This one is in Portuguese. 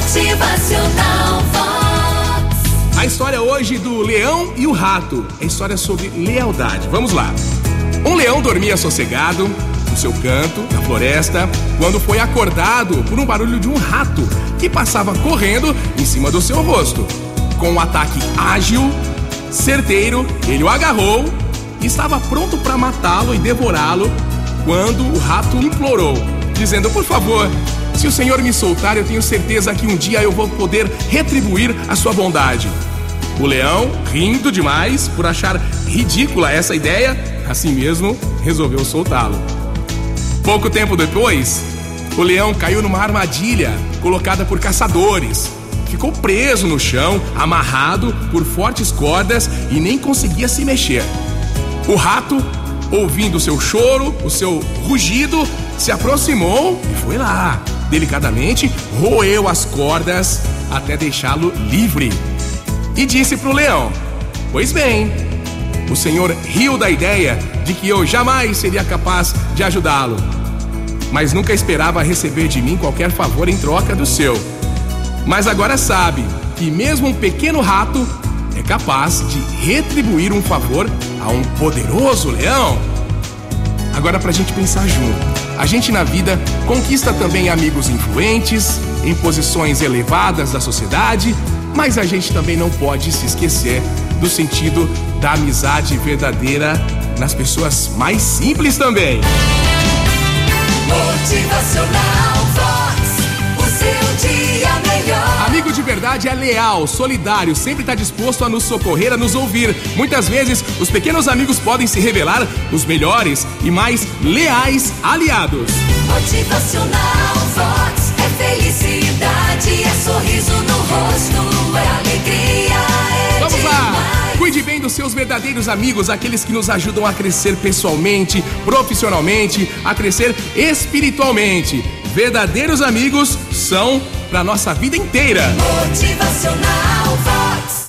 Motivacional Vox. A história hoje do leão e o rato é história sobre lealdade. Vamos lá. Um leão dormia sossegado no seu canto, na floresta, quando foi acordado por um barulho de um rato que passava correndo em cima do seu rosto. Com um ataque ágil, certeiro, ele o agarrou e estava pronto para matá-lo e devorá-lo quando o rato implorou, dizendo: por favor, se o Senhor me soltar, eu tenho certeza que um dia eu vou poder retribuir a sua bondade. O leão, rindo demais por achar ridícula essa ideia, assim mesmo resolveu soltá-lo. Pouco tempo depois, o leão caiu numa armadilha colocada por caçadores. Ficou preso no chão, amarrado por fortes cordas e nem conseguia se mexer. O rato, ouvindo o seu choro, o seu rugido, se aproximou e foi lá. Delicadamente, roeu as cordas até deixá-lo livre. E disse para o leão: pois bem, o senhor riu da ideia de que eu jamais seria capaz de ajudá-lo, mas nunca esperava receber de mim qualquer favor em troca do seu. Mas agora sabe que mesmo um pequeno rato é capaz de retribuir um favor a um poderoso leão. Agora, pra gente pensar junto, a gente na vida conquista também amigos influentes, em posições elevadas da sociedade, mas a gente também não pode se esquecer do sentido da amizade verdadeira nas pessoas mais simples também. Motivacional Vox, o seu dia melhor. Amigo de verdade é leal, solidário, sempre está disposto a nos socorrer, a nos ouvir. Muitas vezes, os pequenos amigos podem se revelar os melhores e mais leais aliados. Motivacional Vox é felicidade, é sorriso no rosto, é alegria, é Vamos lá! demais. Cuide bem dos seus verdadeiros amigos, aqueles que nos ajudam a crescer pessoalmente, profissionalmente, a crescer espiritualmente. Verdadeiros amigos são para nossa vida inteira. Motivacional Vox.